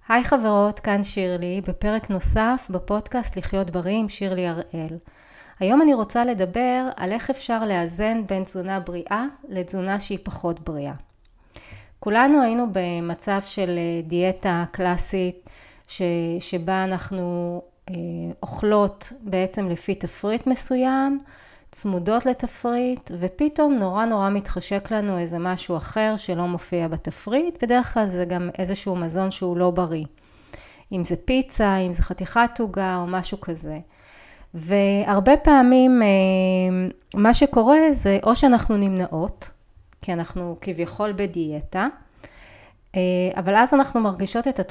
היי חברות, כאן שירלי, בפרק נוסף בפודקאסט לחיות בריא עם שירלי הראל. היום אני רוצה לדבר על איך אפשר לאזן בין תזונה בריאה לתזונה שהיא פחות בריאה. כולנו היינו במצב של דיאטה קלאסית שבה אנחנו אוכלות בעצם לפי תפריט מסוים, צמודות לתפריט, ופתאום נורא מתחשק לנו איזה משהו אחר שלא מופיע בתפריט. בדרך כלל זה גם איזשהו מזון שהוא לא בריא. אם זה פיצה, אם זה חתיכת עוגה או משהו כזה. והרבה פעמים מה שקורה זה או שאנחנו נמנעות, כי אנחנו כביכול בדיאטה, אבל אז אנחנו מרגישות את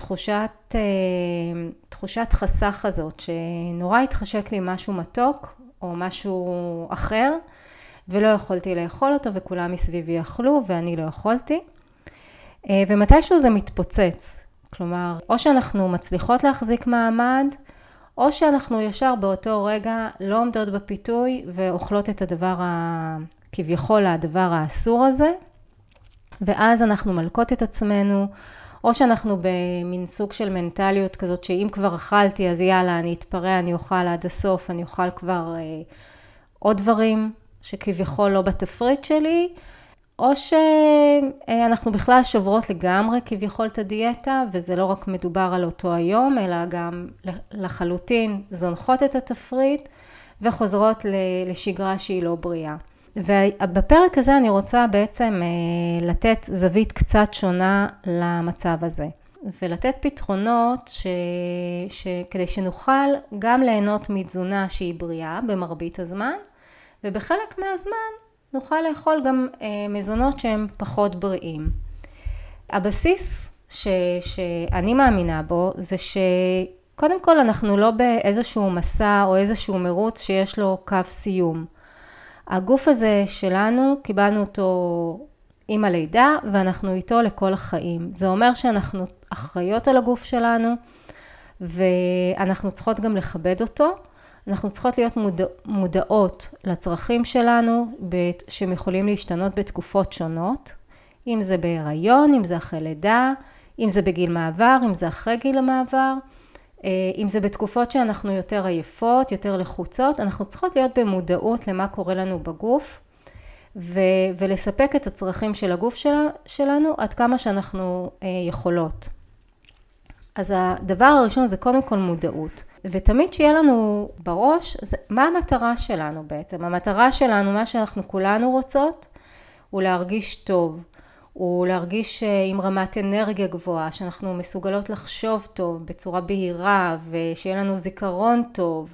תחושת חסך הזאת, שנורא התחשק לי משהו מתוק או משהו אחר, ולא יכולתי לאכול אותו, וכולם מסביבי אכלו ואני לא יכולתי. ומתישהו זה מתפוצץ. כלומר, או שאנחנו מצליחות להחזיק מעמד, או שאנחנו ישר באותו רגע לא עומדות בפיתוי, ואוכלות את כביכול הדבר האסור הזה, ואז אנחנו מלקות את עצמנו, או שאנחנו במין סוג של מנטליות כזאת, שאם כבר אכלתי, אז יאללה, אני אתפרע, אני אוכל עד הסוף, אני אוכל כבר עוד דברים שכביכול לא בתפריט שלי, או שאנחנו בכלל שוברות לגמרי כביכול את הדיאטה, וזה לא רק מדובר על אותו היום, אלא גם לחלוטין זונחות את התפריט, וחוזרות לשגרה שהיא לא בריאה. ובפרק הזה אני רוצה בעצם לתת זווית קצת שונה למצב הזה. ולתת פתרונות כדי שנוכל גם ליהנות מתזונה שהיא בריאה במרבית הזמן, ובחלק מהזמן נוכל לאכול גם מזונות שהם פחות בריאים. הבסיס שאני מאמינה בו זה שקודם כל אנחנו לא באיזשהו מסע או איזשהו מרוץ שיש לו קו סיום. הגוף הזה שלנו, קיבלנו אותו עם הלידה ואנחנו איתו לכל החיים. זה אומר שאנחנו אחראיות על הגוף שלנו ואנחנו צריכות גם לכבד אותו. אנחנו צריכות להיות מודעות לצרכים שלנו שהם יכולים להשתנות בתקופות שונות. אם זה בהיריון, אם זה אחרי לידה, אם זה בגיל מעבר, אם זה אחרי גיל המעבר. אם זה בתקופות שאנחנו יותר עייפות, יותר לחוצות, אנחנו צריכות להיות במודעות למה קורה לנו בגוף, ולספק את הצרכים של הגוף שלנו עד כמה שאנחנו יכולות. אז הדבר הראשון זה קודם כל מודעות. ותמיד שיהיה לנו בראש, מה המטרה שלנו בעצם? המטרה שלנו, מה שאנחנו כולנו רוצות, הוא להרגיש טוב. הוא להרגיש עם רמת אנרגיה גבוהה, שאנחנו מסוגלות לחשוב טוב בצורה בהירה, ושיהיה לנו זיכרון טוב,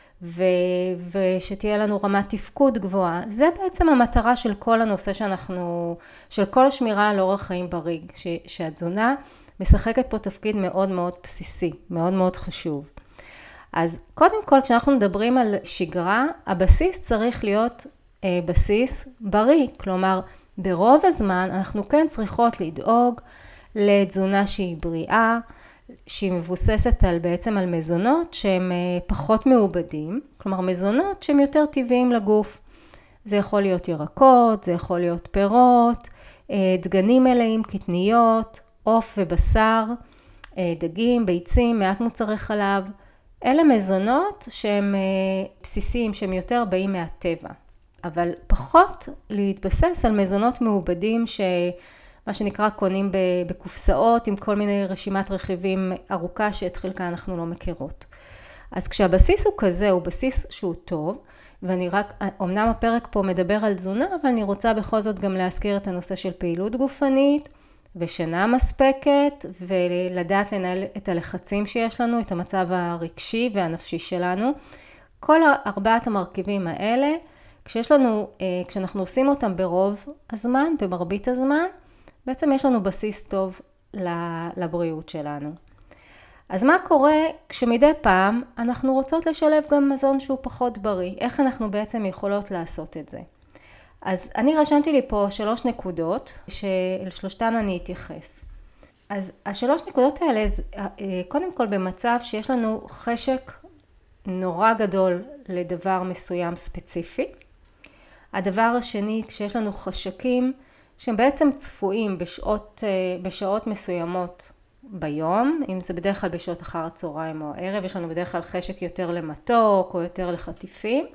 ושתהיה לנו רמת תפקוד גבוהה. זה בעצם המטרה של כל הנושא של כל השמירה על אורח חיים בריא, שהתזונה משחקת פה תפקיד מאוד מאוד בסיסי, מאוד מאוד חשוב. אז קודם כל, כשאנחנו מדברים על שגרה, הבסיס צריך להיות בסיס בריא, כלומר, ברוב הזמן אנחנו כן צריכות לדאוג לתזונה שהיא בריאה, שהיא מבוססת בעצם על מזונות שהם פחות מעובדים, כלומר מזונות שהם יותר טבעיים לגוף. זה יכול להיות ירקות, זה יכול להיות פירות, דגנים מלאים, קטניות, עוף ובשר, דגים, ביצים, מעט מוצרי חלב. אלה מזונות שהם בסיסיים, שהם יותר באים מהטבע. אבל פחות להתבסס על מזונות מעובדים שמה שנקרא קונים בקופסאות עם כל מיני רשימת רכיבים ארוכה שאת חלקה אנחנו לא מכירות. אז כשהבסיס הוא כזה, הוא בסיס שהוא טוב, אמנם הפרק פה מדבר על תזונה, אבל אני רוצה בכל זאת גם להזכיר את הנושא של פעילות גופנית ושינה מספקת, ולדעת לנהל את הלחצים שיש לנו, את המצב הרגשי והנפשי שלנו. כל ארבעת המרכיבים האלה, כשאנחנו עושים אותם ברוב הזמן, במרבית הזמן, בעצם יש לנו בסיס טוב לבריאות שלנו. אז מה קורה כשמדי פעם אנחנו רוצות לשלב גם מזון שהוא פחות בריא? איך אנחנו בעצם יכולות לעשות את זה? אז אני רשמתי לי פה 3 נקודות, שלשלושתן אני אתייחס. אז 3 נקודות האלה, קודם כל במצב שיש לנו חשק נורא גדול לדבר מסוים ספציפי. הדבר השני, כשיש לנו חשקים שהם בעצם צפויים בשעות מסוימות ביום, אם זה בדרך כלל בשעות אחר הצהריים או הערב, יש לנו בדרך כלל חשק יותר למתוק או יותר לחטיפים.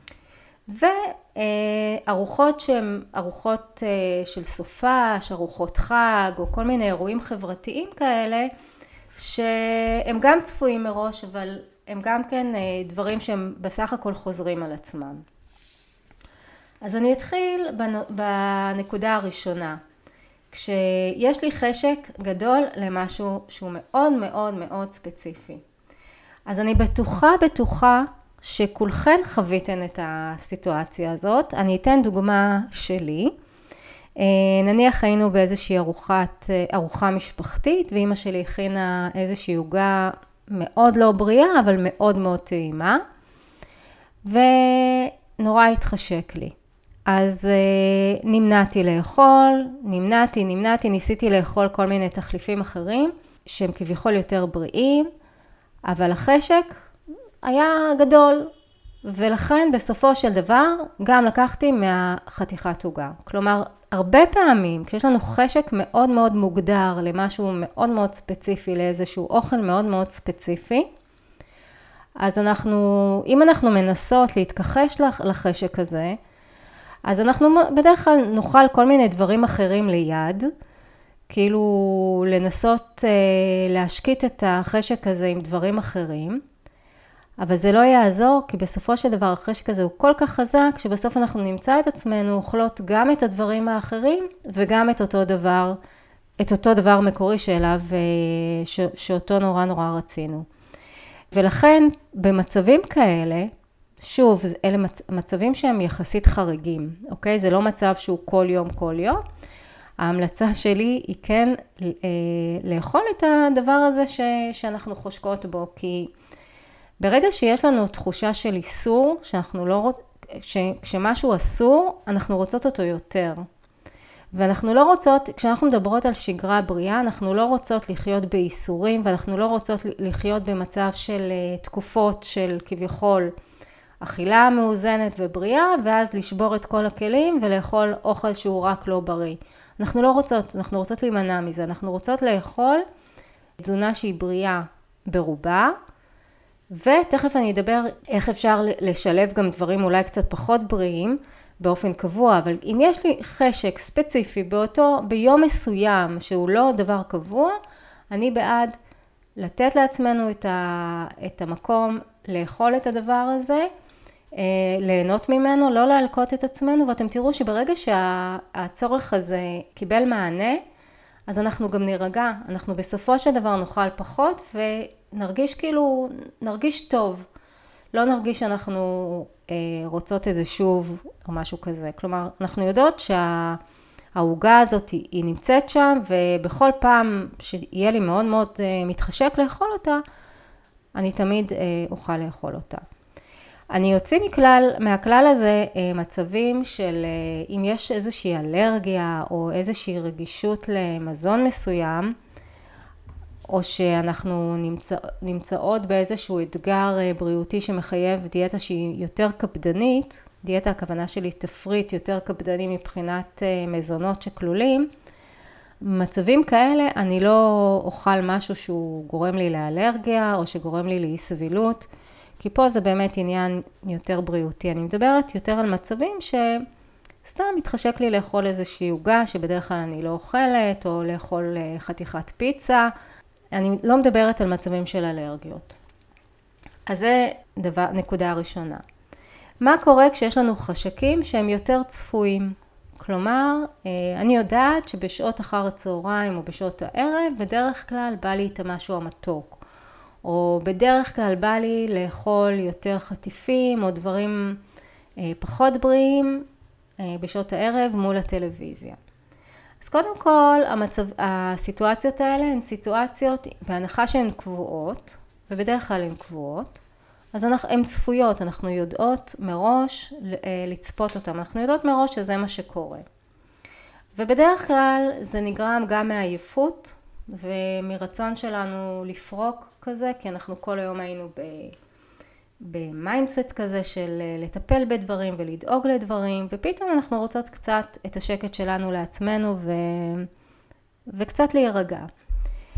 וארוחות שהן ארוחות של סופש, ארוחות חג או כל מיני אירועים חברתיים כאלה, שהם גם צפויים מראש, אבל הם גם כן דברים שהם בסך הכל חוזרים על עצמם. אז אני אתחיל בנקודה הראשונה. כשיש לי חשק גדול למשהו שהוא מאוד מאוד מאוד ספציפי. אז אני בטוחה שכולכן חוויתן את הסיטואציה הזאת. אני אתן דוגמה שלי. נניח היינו באיזושהי ארוחה משפחתית, ואמא שלי הכינה איזושהי עוגה מאוד לא בריאה, אבל מאוד מאוד טעימה, ונורא התחשק לי. אז נמנעתי לאכול, ניסיתי לאכול כל מיני תחליפים אחרים, שהם כביכול יותר בריאים, אבל החשק היה גדול, ולכן בסופו של דבר גם לקחתי מהחתיכת עוגה. כלומר, הרבה פעמים כשיש לנו חשק מאוד מאוד מוגדר למשהו מאוד מאוד ספציפי, לאיזשהו אוכל מאוד מאוד ספציפי, אז אם אנחנו מנסות להתכחש לחשק הזה, אז אנחנו בדרך כלל נאכל כל מיני דברים אחרים ליד, כאילו לנסות להשקיט את החשק הזה עם דברים אחרים, אבל זה לא יעזור, כי בסופו של דבר החשק הזה הוא כל כך חזק, שבסוף אנחנו נמצא את עצמנו אוכלות גם את הדברים האחרים, וגם את אותו דבר מקורי שאותו נורא רצינו. ולכן במצבים כאלה, שוב, אלה מצבים שהם יחסית חריגים, אוקיי? זה לא מצב שהוא כל יום. ההמלצה שלי היא כן לאכול את הדבר הזה שאנחנו חושקות בו, כי ברגע שיש לנו תחושה של איסור, כשמשהו אסור, אנחנו רוצות אותו יותר. ואנחנו לא רוצות, כשאנחנו מדברות על שגרה בריאה, אנחנו לא רוצות לחיות באיסורים, ואנחנו לא רוצות לחיות במצב של תקופות של כביכול אכילה מאוזנת ובריאה, ואז לשבור את כל הכלים ולאכול אוכל שהוא רק לא בריא. אנחנו רוצות להימנע מזה, אנחנו רוצות לאכול תזונה שהיא בריאה ברובה, ותכף אני אדבר איך אפשר לשלב גם דברים אולי קצת פחות בריאים באופן קבוע, אבל אם יש לי חשק ספציפי ביום מסוים שהוא לא דבר קבוע, אני בעד לתת לעצמנו את המקום לאכול את הדבר הזה, ליהנות ממנו, לא להלקות את עצמנו, ואתם תראו שברגע שהצורך הזה קיבל מענה, אז אנחנו גם נרגע, אנחנו בסופו של דבר נאכל פחות נרגיש טוב, לא נרגיש שאנחנו רוצות את זה שוב או משהו כזה. כלומר, אנחנו יודעות שהעוגה הזאת היא נמצאת שם, ובכל פעם שיהיה לי מאוד מאוד מתחשק לאכול אותה, אני תמיד אוכל לאכול אותה. אני יוצא מהכלל הזה מצבים של אם יש איזושהי אלרגיה או איזושהי רגישות למזון מסוים, או שאנחנו נמצאות באיזשהו אתגר בריאותי שמחייב דיאטה שהיא יותר קפדנית, דיאטה הכוונה שלי תפריט יותר קפדני מבחינת מזונות שכלולים, במצבים כאלה אני לא אוכל משהו שהוא גורם לי לאלרגיה או שגורם לי לאי סבילות, כי פה זה באמת עניין יותר בריאותי. אני מדברת יותר על מצבים שסתם מתחשק לי לאכול איזושהי עוגה שבדרך כלל אני לא אוכלת, או לאכול חתיכת פיצה. אני לא מדברת על מצבים של אלרגיות. אז זה נקודה ראשונה. מה קורה כשיש לנו חשקים שהם יותר צפויים? כלומר, אני יודעת שבשעות אחר הצהריים או בשעות הערב, בדרך כלל בא לי את המשהו המתוק. או בדרך כלל בא לי לאכול יותר חטיפים או דברים פחות בריאים בשעות הערב מול הטלוויזיה. אז קודם כל, הסיטואציות האלה הן סיטואציות, בהנחה שהן קבועות, ובדרך כלל הן קבועות, אז הן צפויות, אנחנו יודעות מראש לצפות אותן, אנחנו יודעות מראש שזה מה שקורה. ובדרך כלל זה נגרם גם מעייפות, ומרצון שלנו לפרוק כזה, כי אנחנו כל היום היינו במיינדסט כזה של לטפל בדברים ולדאוג לדברים, ופתאום אנחנו רוצות קצת את השקט שלנו לעצמנו וקצת להירגע.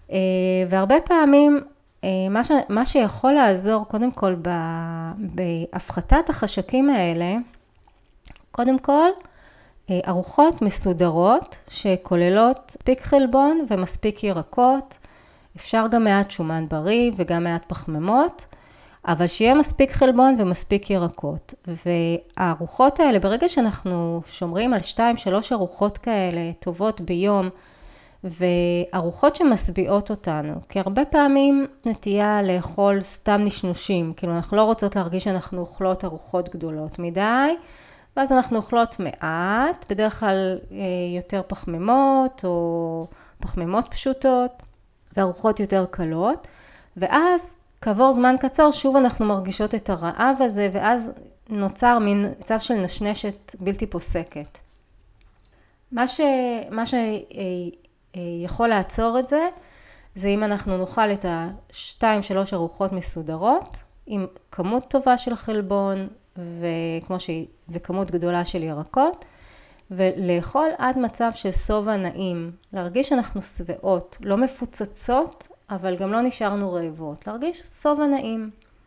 והרבה פעמים מה שיכול לעזור קודם כל בהפחתת החשקים האלה, קודם כל ארוחות מסודרות שכוללות מספיק חלבון ומספיק ירקות, אפשר גם מעט שומן בריא וגם מעט פחמימות, אבל שיהיה מספיק חלבון ומספיק ירקות. והארוחות האלה, ברגע שאנחנו שומרים על 2-3 ארוחות כאלה טובות ביום, וארוחות שמשביעות אותנו, כי הרבה פעמים נטייה לאכול סתם נשנושים, כאילו אנחנו לא רוצות להרגיש שאנחנו אוכלות ארוחות גדולות מדי, ואז אנחנו אוכלות מעט, בדרך כלל יותר פחמימות או פחמימות פשוטות, וארוחות יותר קלות, ואז כעבור זמן קצר שוב אנחנו מרגישות את הרעב הזה, ואז נוצר מין מצב של נשנשת בלתי פוסקת. מה שיכול לעצור את זה, זה אם אנחנו נאכל את 2-3 ארוחות מסודרות, עם כמות טובה של חלבון, וכמות גדולה של ירקות, ולאכול עד מצב של סובה נעים, להרגיש שאנחנו שבעות, לא מפוצצות, אבל גם לא נשארנו רעבות, להרגיש סובה נעים.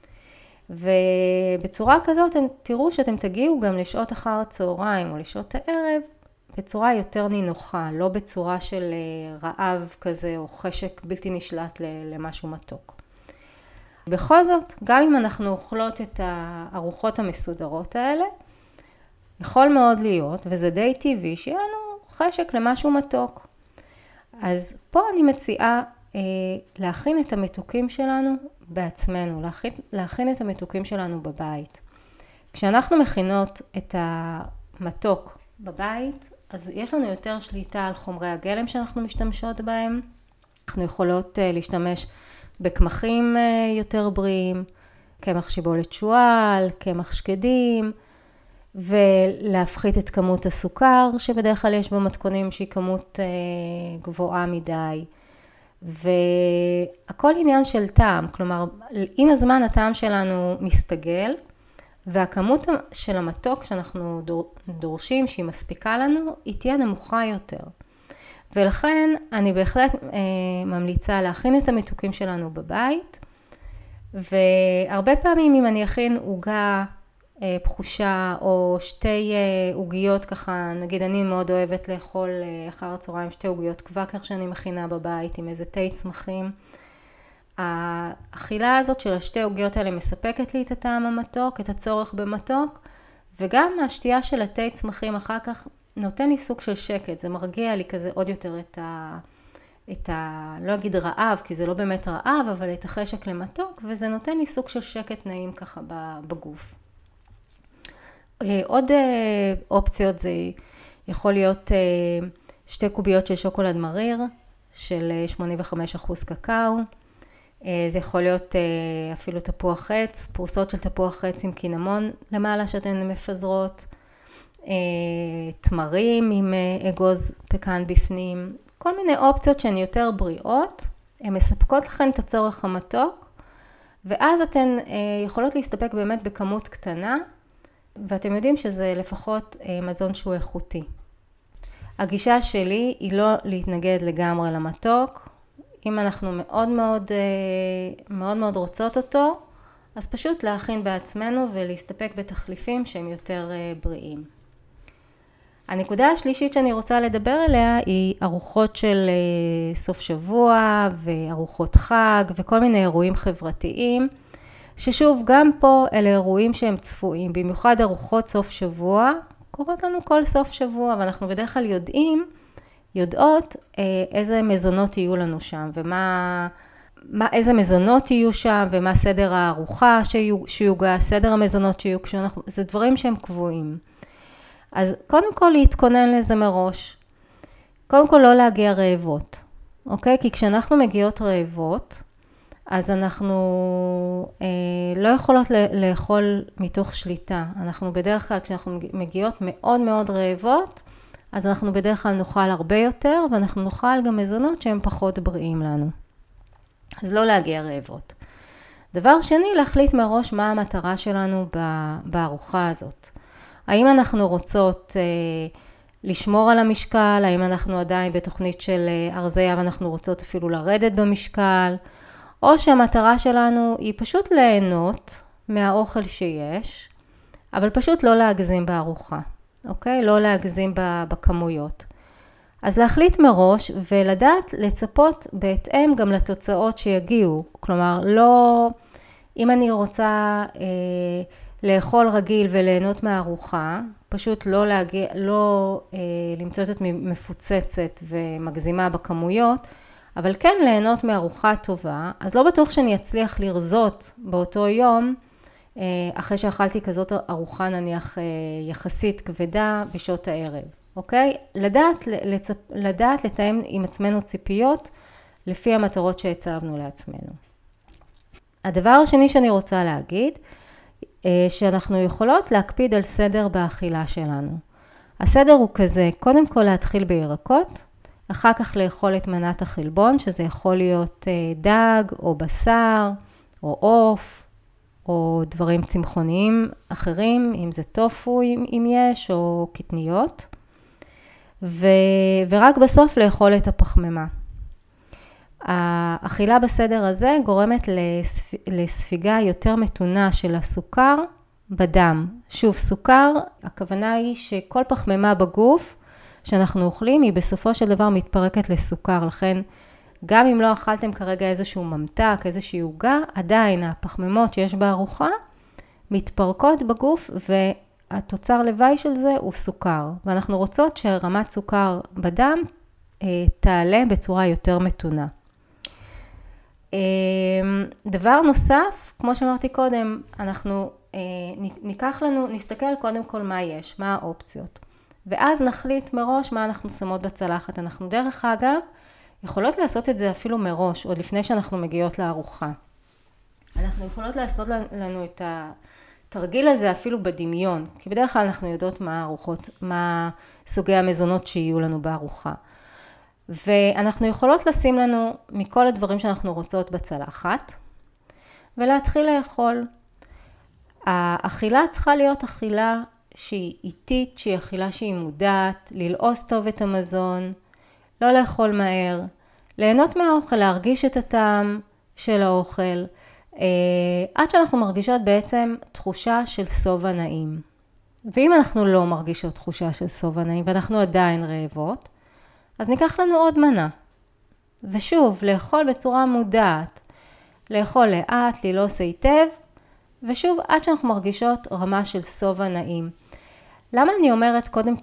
ובצורה כזאת תראו שאתם תגיעו גם לשעות אחר הצהריים או לשעות הערב, בצורה יותר נינוחה, לא בצורה של רעב כזה או חשק בלתי נשלט למשהו מתוק. בכל זאת, גם אם אנחנו אוכלות את הארוחות המסודרות האלה, יכול מאוד להיות, וזה די טבעי, שיהיה לנו חשק למשהו מתוק. אז פה אני מציעה להכין את המתוקים שלנו בעצמנו, להכין את המתוקים שלנו בבית. כשאנחנו מכינות את המתוק בבית, אז יש לנו יותר שליטה על חומרי הגלם שאנחנו משתמשות בהם. אנחנו יכולות להשתמש בקמחים יותר בריאים, קמח שיבולת שועל, קמח שקדים, ולהפחית את כמות הסוכר, שבדרך כלל יש במתכונים שהיא כמות גבוהה מדי. והכל עניין של טעם, כלומר, עם הזמן הטעם שלנו מסתגל, והכמות של המתוק שאנחנו דורשים שהיא מספיקה לנו, היא תהיה נמוכה יותר. ולכן אני בהחלט ממליצה להכין את המתוקים שלנו בבית, והרבה פעמים אם אני אכין עוגה פחושה או 2 עוגיות ככה, נגיד אני מאוד אוהבת לאכול אחר הצהריים 2 עוגיות קוואקר שאני מכינה בבית עם איזה תה צמחים. האכילה הזאת של 2 עוגיות האלה מספקת לי את הטעם המתוק, את הצורך במתוק, וגם השתייה של התה צמחים אחר כך נותן לי סוג של שקט, זה מרגיע לי כזה עוד יותר לא אגיד רעב, כי זה לא באמת רעב, אבל את החשק למתוק, וזה נותן לי סוג של שקט נעים ככה בגוף. עוד אופציות זה יכול להיות 2 קוביות של שוקולד מריר, של 85% קקאו, זה יכול להיות אפילו תפוח עץ, פרוסות של תפוח עץ עם קינמון למעלה שאתן מפזרות, תמרים עם אגוז פקן בפנים, כל מיני אופציות שהן יותר בריאות, הן מספקות לכן את הצורך המתוק, ואז אתן יכולות להסתפק באמת בכמות קטנה, ואתם יודעים שזה לפחות מזון שהוא איכותי. הגישה שלי היא לא להתנגד לגמרי למתוק, אם אנחנו מאוד מאוד רוצות אותו, אז פשוט להכין בעצמנו ולהסתפק בתחליפים שהם יותר בריאים. הנקודה השלישית שאני רוצה לדבר עליה היא ארוחות של סוף שבוע וארוחות חג וכל מיני אירועים חברתיים, ששוב גם פה אלה אירועים שהם צפויים, במיוחד ארוחות סוף שבוע, קורות לנו כל סוף שבוע ואנחנו בדרך כלל יודעות איזה מזונות יהיו לנו שם איזה מזונות יהיו שם ומה סדר הארוחה שיוגש, סדר המזונות שיהיו, זה דברים שהם קבועים. אז קודם כל להתכונן לזה מראש. קודם כל לא להגיע רעבות, אוקיי? כי כשאנחנו מגיעות רעבות, אז אנחנו לא יכולות לאכול מתוך שליטה. אנחנו בדרך כלל, כשאנחנו מגיעות מאוד מאוד רעבות, אז אנחנו בדרך כלל נאכל הרבה יותר, ואנחנו נאכל גם מזונות שהם פחות בריאים לנו. אז לא להגיע רעבות. דבר שני, להחליט מראש מה המטרה שלנו בארוחה הזאת. האם אנחנו רוצות לשמור על המשקל, האם אנחנו עדיין בתוכנית של הרזייה ואנחנו רוצות אפילו לרדת במשקל, או שהמטרה שלנו היא פשוט ליהנות מהאוכל שיש, אבל פשוט לא להגזים בארוחה, אוקיי? לא להגזים בכמויות. אז להחליט מראש ולדעת לצפות בהתאם גם לתוצאות שיגיעו. כלומר, לא, אם אני רוצה לאכול רגיל וליהנות מהארוחה, פשוט לא למצוא את מפוצצת ומגזימה בכמויות, אבל כן ליהנות מארוחה טובה, אז לא בטוח שאני אצליח לרזות באותו יום, אחרי שאכלתי כזאת ארוחה נניח יחסית כבדה בשעות הערב. אוקיי? לדעת לתאם עם עצמנו ציפיות לפי המטרות שהצבנו לעצמנו. הדבר השני שאני רוצה להגיד, שאנחנו יכולות להקפיד על סדר באכילה שלנו. הסדר הוא כזה, קודם כל להתחיל בירקות, אחר כך לאכול את מנת החלבון, שזה יכול להיות דג או בשר או עוף או דברים צמחוניים אחרים, אם זה טופו אם יש או קטניות. ורק בסוף לאכול את הפחמימה. האכילה בסדר הזה גורמת לספיגה יותר מתונה של הסוכר בדם. שוב, סוכר, הכוונה היא שכל פחמימה בגוף שאנחנו אוכלים, היא בסופו של דבר מתפרקת לסוכר. לכן, גם אם לא אכלתם כרגע איזשהו ממתק, איזושהי עוגה, עדיין הפחמימות שיש בארוחה מתפרקות בגוף התוצר לוואי של זה הוא סוכר, ואנחנו רוצות שרמת סוכר בדם תעלה בצורה יותר מתונה. דבר נוסף, כמו שאמרתי קודם, אנחנו נסתכל קודם כל מה יש, מה האופציות, ואז נחליט מראש מה אנחנו שמות בצלחת. אנחנו דרך אגב יכולות לעשות את זה אפילו מראש, עוד לפני שאנחנו מגיעות לארוחה. אנחנו יכולות לעשות לנו את התרגיל הזה אפילו בדמיון, כי בדרך כלל אנחנו יודעות מה סוגי המזונות שיהיו לנו בארוחה. ואנחנו יכולות לשים לנו מכל הדברים שאנחנו רוצות בצלחת, ולהתחיל לאכול. האכילה צריכה להיות אכילה שהיא איטית, שהיא אכילה שהיא מודעת, ללעוס טוב את המזון, לא לאכול מהר, ליהנות מהאוכל, להרגיש את הטעם של האוכל, עד שאנחנו מרגישות בעצם תחושה של סובה נעים. ואם אנחנו לא מרגישות תחושה של סובה נעים ואנחנו עדיין רעבות, אז ניקח לנו עוד מנה. ושוב, לאכול בצורה מודעת, לאכול לאט, ללעוס היטב, ושוב, עד שאנחנו מרגישות רמה של סובה נעים. למה אני אומרת, קודם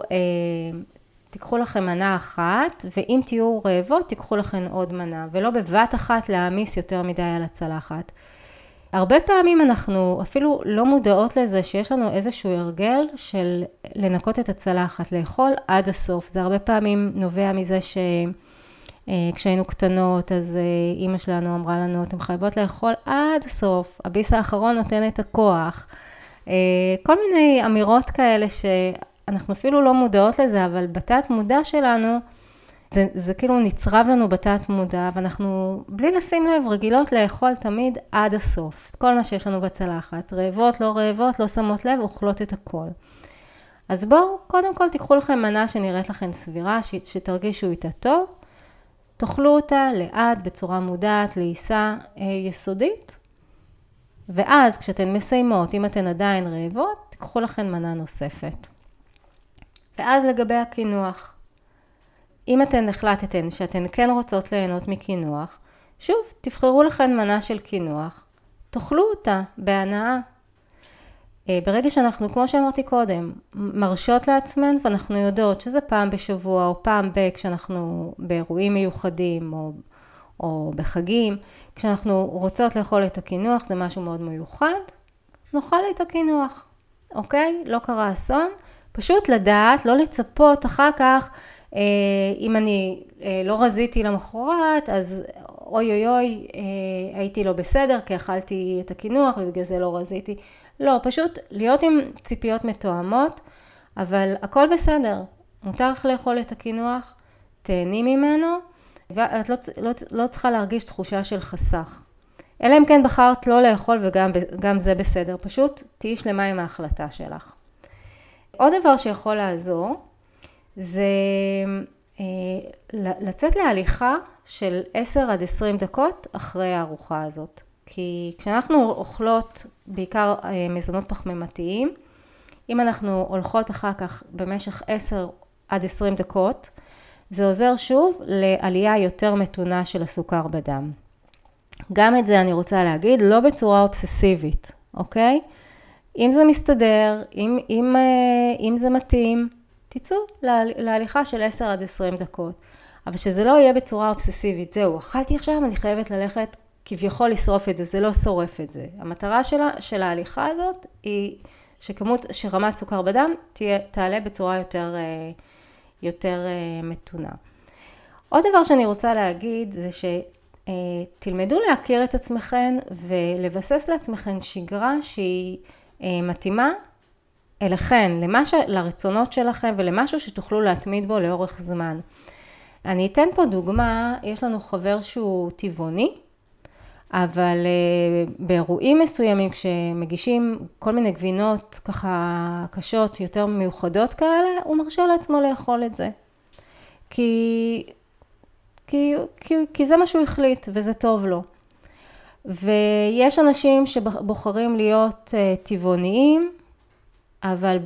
תיקחו לכם מנה אחת, ואם תהיו רעבות, תיקחו לכם עוד מנה, ולא בבת אחת להעמיס יותר מדי על הצלחת. הרבה פעמים אנחנו אפילו לא מודעות לזה שיש לנו איזשהו הרגל של לנקות את הצלחת, לאכול עד הסוף. זה הרבה פעמים נובע מזה שכשהיינו קטנות, אז אמא שלנו אמרה לנו, אתם חייבות לאכול עד הסוף, הביס האחרון נותן את הכוח. כל מיני אמירות כאלה שאנחנו אפילו לא מודעות לזה, אבל בתת מודע שלנו, זה כאילו נצרב לנו בתת מודע, ואנחנו בלי לשים לב רגילות לאכול תמיד עד הסוף. את כל מה שיש לנו בצלחת, רעבות, לא שמות לב, אוכלות את הכל. אז בואו, קודם כל תיקחו לכם מנה שנראית לכם סבירה, שתרגישו איתה טוב, תאכלו אותה לאט, בצורה מודעת, לעיסה יסודית, ואז כשאתן מסיימות, אם אתן עדיין רעבות, תיקחו לכם מנה נוספת. ואז לגבי הקינוח, אם אתן החלטתן שאתן כן רוצות ליהנות מקינוח, שוב, תבחרו לכן מנה של קינוח, תאכלו אותה בהנאה. ברגע שאנחנו, כמו שאמרתי קודם, מרשות לעצמן, ואנחנו יודעות שזה פעם בשבוע או פעם כשאנחנו באירועים מיוחדים או בחגים, כשאנחנו רוצות לאכול את הקינוח, זה משהו מאוד מיוחד, נאכל את הקינוח, אוקיי? לא קרה אסון, פשוט לדעת, לא לצפות אחר כך, אם אני לא רזיתי למחרת, אז אוי, הייתי לא בסדר, כי אכלתי את הקינוח ובגלל זה לא רזיתי. לא, פשוט להיות עם ציפיות מתואמות, אבל הכל בסדר. מותר לך לאכול את הקינוח, תהני ממנו, ואת לא צריכה להרגיש תחושה של חסך. אלא אם כן בחרת לא לאכול וגם זה בסדר. פשוט תהיי שלמה עם ההחלטה שלך. עוד דבר שיכול לעזור, זה לצאת להליכה של 10 עד 20 דקות אחרי הארוחה הזאת. כי כשאנחנו אוכלות בעיקר מזונות פחמימתיים, אם אנחנו הולכות אחר כך במשך 10 עד 20 דקות, זה עוזר שוב לעלייה יותר מתונה של הסוכר בדם. גם את זה אני רוצה להגיד, לא בצורה אובססיבית, אוקיי? אם זה מסתדר, אם זה מתאים, תצאו להליכה של 10 עד 20 דקות. אבל שזה לא יהיה בצורה אובססיבית, זהו, אכלתי עכשיו, אני חייבת ללכת כביכול לשרוף את זה, זה לא שורף את זה. המטרה של ההליכה הזאת היא שרמת סוכר בדם תעלה בצורה יותר מתונה. עוד דבר שאני רוצה להגיד זה שתלמדו להכיר את עצמכם ולבסס לעצמכם שגרה שהיא מתאימה אליכן, לרצונות שלכם ולמשהו שתוכלו להתמיד בו לאורך זמן. אני אתן פה דוגמה, יש לנו חבר שהוא טבעוני, אבל באירועים מסוימים כשמגישים כל מיני גבינות ככה קשות, יותר מיוחדות כאלה, הוא מרשה לעצמו לאכול את זה. כי זה מה שהוא החליט וזה טוב לו. ויש אנשים שבוחרים להיות טבעוניים, אבל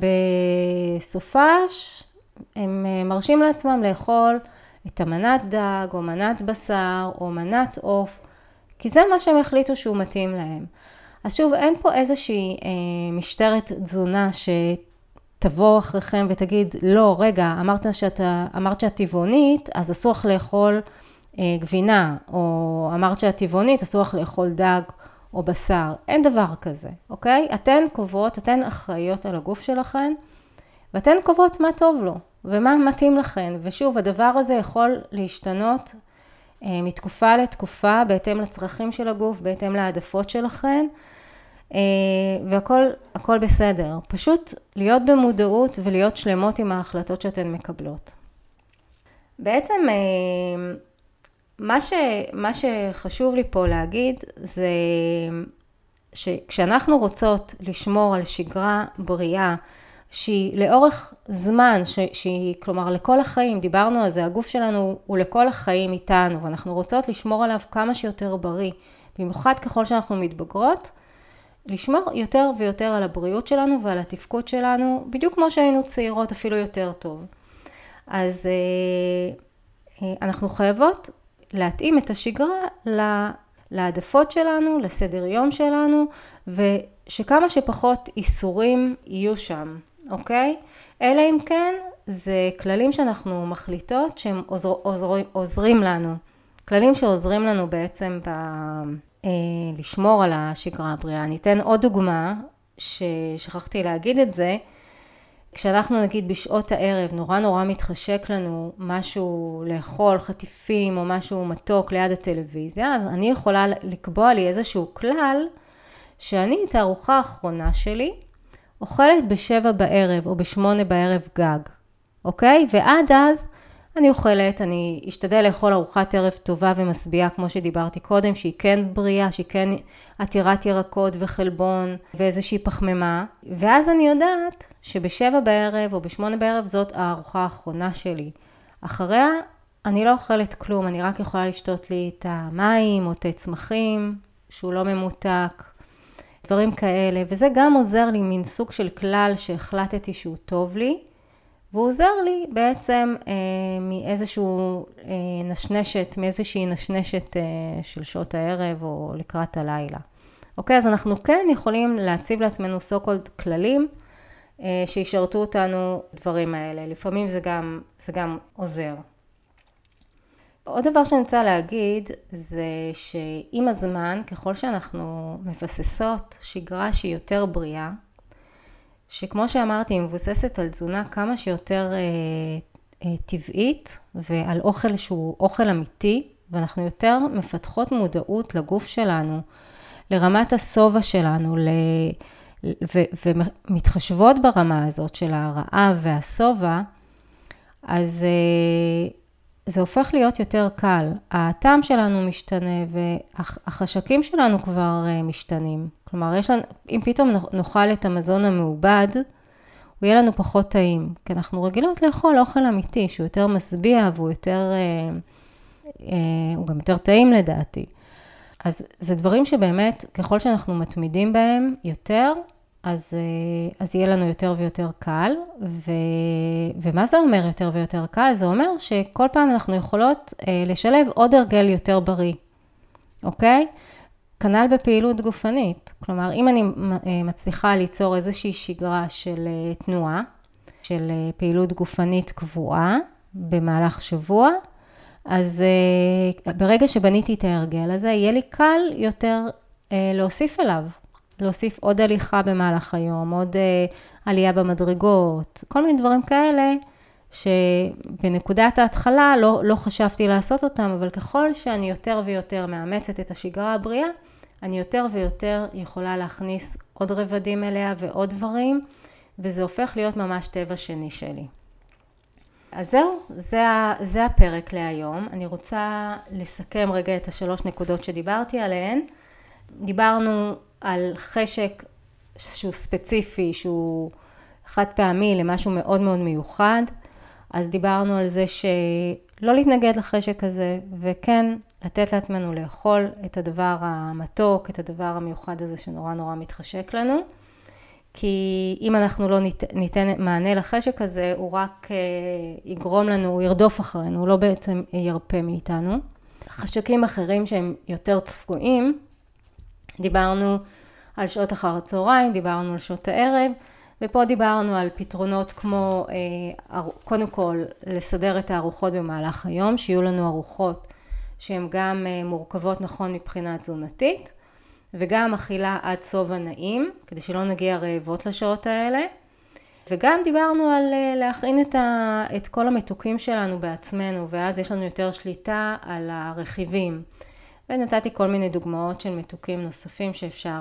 בסופש הם מרשים לעצמם לאכול את המנת דג או מנת בשר או מנת עוף, כי זה מה שהם החליטו שהוא מתאים להם. אז שוב, אין פה איזושהי משטרת תזונה שתבוא אחריכם ותגיד, לא, רגע, אמרת שאת טבעונית, אז אסור לך לאכול גבינה, או אמרת שאת טבעונית, אסור לך לאכול דג או בשר. אין דבר כזה, אוקיי? אתן קובעות, אתן אחראיות על הגוף שלכן, ואתן קובעות מה טוב לו, ומה מתאים לכן. ושוב, הדבר הזה יכול להשתנות מתקופה לתקופה, בהתאם לצרכים של הגוף, בהתאם להעדפות שלכן, והכל בסדר. פשוט להיות במודעות ולהיות שלמות עם ההחלטות שאתן מקבלות. בעצם מה שחשוב לי פה להגיד זה שכשאנחנו רוצות לשמור על שגרה בריאה, שהיא לאורך זמן, שהיא כלומר לכל החיים, דיברנו על זה, הגוף שלנו הוא לכל החיים איתנו, ואנחנו רוצות לשמור עליו כמה שיותר בריא, במיוחד ככל שאנחנו מתבגרות, לשמור יותר ויותר על הבריאות שלנו ועל התפקוד שלנו, בדיוק כמו שהיינו צעירות, אפילו יותר טוב. אז אנחנו חייבות להתאים את השגרה להעדפות שלנו, לסדר יום שלנו, ושכמה שפחות איסורים יהיו שם, אוקיי? אלא אם כן, זה כללים שאנחנו מחליטות שהם עוזרים לנו. כללים שעוזרים לנו בעצם לשמור על השגרה הבריאה. אני אתן עוד דוגמה, ששכחתי להגיד את זה, כשאנחנו נגיד בשעות הערב נורא מתחשק לנו משהו לאכול, חטיפים או משהו מתוק ליד הטלוויזיה, אז אני יכולה לקבוע לי איזשהו כלל שאני את הארוחה האחרונה שלי אוכלת ב7 בערב או ב8 בערב גג, אוקיי? ועד אז אני אשתדל לאכול ארוחת ערב טובה ומשביעה כמו שדיברתי קודם, שהיא כן בריאה, שהיא כן עתירת ירקות וחלבון ואיזושהי פחמימה, ואז אני יודעת שב7 בערב או ב8 בערב זאת הארוחה האחרונה שלי. אחריה אני לא אוכלת כלום, אני רק יכולה לשתות לי את המים או את הצמחים שהוא לא ממותק, דברים כאלה, וזה גם עוזר לי מין סוג של כלל שהחלטתי שהוא טוב לי, והוא עוזר לי בעצם מאיזושהי נשנשת של שעות הערב או לקראת הלילה. אוקיי, אז אנחנו כן יכולים להציב לעצמנו סו-קולד כללים שישרתו אותנו דברים האלה. לפעמים זה גם עוזר. עוד דבר שאני רוצה להגיד זה שעם הזמן, ככל שאנחנו מבססות שגרה שהיא יותר בריאה, שכמו שאמרתי, היא מבוססת על תזונה כמה שיותר טבעית ועל אוכל שהוא אוכל אמיתי, ואנחנו יותר מפתחות מודעות לגוף שלנו, לרמת הסובה שלנו, ומתחשבות ברמה הזאת של הרעב והסובה, אז זה הופך להיות יותר קל. הטעם שלנו משתנה והחשקים שלנו כבר משתנים. כלומר, אם פתאום נאכל את המזון המעובד, הוא יהיה לנו פחות טעים, כי אנחנו רגילות לאכול אוכל אמיתי, שהוא יותר משביע והוא יותר, הוא גם יותר טעים לדעתי. אז זה דברים שבאמת, ככל שאנחנו מתמידים בהם יותר, אז יהיה לנו יותר ויותר קל, ומה זה אומר יותר ויותר קל? זה אומר שכל פעם אנחנו יכולות לשלב עוד הרגל יותר בריא, אוקיי? כנ"ל בפעילות גופנית, כלומר, אם אני מצליחה ליצור איזושהי שגרה של תנועה, של פעילות גופנית קבועה במהלך שבוע, אז ברגע שבניתי את ההרגל הזה, יהיה לי קל יותר להוסיף אליו. להוסיף עוד הליכה במהלך היום, עוד עלייה במדרגות, כל מיני דברים כאלה, שבנקודת ההתחלה לא חשבתי לעשות אותם, אבל ככל שאני יותר ויותר מאמצת את השגרה הבריאה, אני יותר ויותר יכולה להכניס עוד רבדים אליה ועוד דברים, וזה הופך להיות ממש טבע שני שלי. אז זהו, זה הפרק להיום. אני רוצה לסכם רגע את 3 נקודות שדיברתי עליהן. דיברנו על חשק שהוא ספציפי, שהוא חד פעמי למשהו מאוד מאוד מיוחד. אז דיברנו על זה שלא להתנגד לחשק הזה, וכן לתת לעצמנו לאכול את הדבר המתוק, את הדבר המיוחד הזה שנורא נורא מתחשק לנו. כי אם אנחנו לא ניתן מענה לחשק הזה, הוא רק יגרום לנו, הוא ירדוף אחרינו, הוא לא בעצם ירפא מאיתנו. חשקים אחרים שהם יותר צפויים, דיברנו על שעות אחר הצהריים, דיברנו על שעות הערב, ופה דיברנו על פתרונות כמו, קודם כל, לסדר את הארוחות במהלך היום, שיהיו לנו ארוחות שהן גם מורכבות נכון מבחינה תזונתית, וגם אכילה עד סוף הנעים, כדי שלא נגיע רעבות לשעות האלה. וגם דיברנו על להכין את כל המתוקים שלנו בעצמנו, ואז יש לנו יותר שליטה על הרכיבים. ונתתי כל מיני דוגמאות של מתוקים נוספים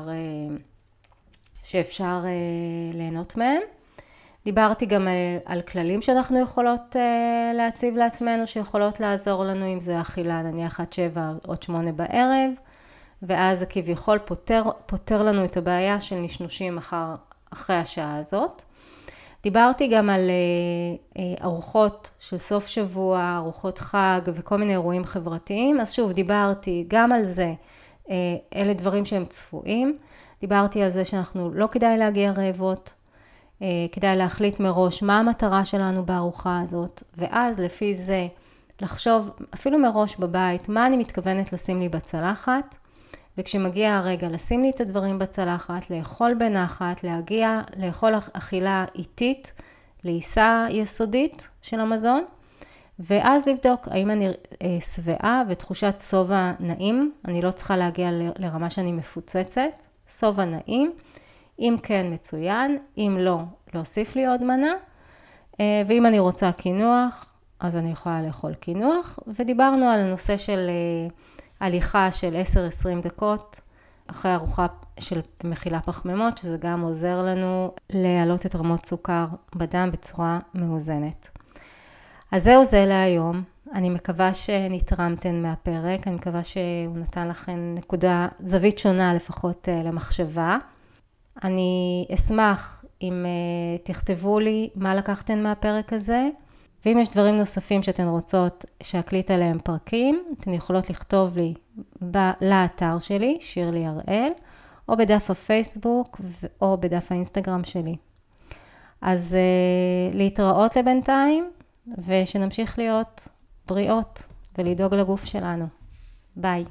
שאפשר ליהנות מהם. דיברתי גם על כללים שאנחנו יכולות להציב לעצמנו, שיכולות לעזור לנו אם זה אכילה נניח עד 7 או 8 בערב, ואז זה כביכול פותר לנו את הבעיה של נשנושים אחרי השעה הזאת. דיברתי גם על ארוחות של סוף שבוע, ארוחות חג וכל מיני אירועים חברתיים. אז שוב, דיברתי גם על זה, אלה דברים שהם צפויים. דיברתי על זה שאנחנו לא כדאי להגיע רעבות, כדאי להחליט מראש מה המטרה שלנו בארוחה הזאת, ואז לפי זה לחשוב אפילו מראש בבית, מה אני מתכוונת לשים לי בצלחת, וכשמגיע הרגע לשים לי את הדברים בצלחת, לאכול בנחת, להגיע לאכול אכילה איטית, לעיסה יסודית של המזון, ואז לבדוק האם אני שבעה ותחושת סובה נעים, אני לא צריכה להגיע לרמה שאני מפוצצת, סובה נעים, אם כן מצוין, אם לא, להוסיף לי עוד מנה, ואם אני רוצה קינוח, אז אני יכולה לאכול קינוח, ודיברנו על הנושא של הליכה של 10-20 דקות, אחרי ארוחה של מכילה פחמימות, שזה גם עוזר לנו להעלות את רמות סוכר בדם בצורה מאוזנת. אז זהו זה להיום. אני מקווה שנתרמתן מהפרק, אני מקווה שהוא נתן לכם זווית שונה לפחות למחשבה. אני אשמח אם תכתבו לי מה לקחתן מהפרק הזה, ואם יש דברים נוספים שאתן רוצות שאקליט עליהם פרקים, אתן יכולות לכתוב לי לאתר שלי, שירלי הראל, או בדף הפייסבוק או בדף האינסטגרם שלי. אז להתראות לבינתיים, ושנמשיך להיות בריאות ולדאוג לגוף שלנו. ביי.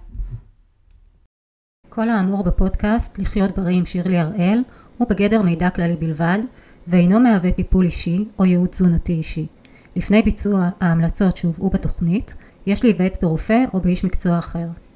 כל האמור בפודקאסט לחיות בריא עם שירלי הראל הוא בגדר מידע כללי בלבד, ואינו מהווה טיפול אישי או ייעוץ תזונתי אישי. לפני ביצוע ההמלצות שהובאו בתוכנית, יש להיוועץ ברופא או באיש מקצוע אחר.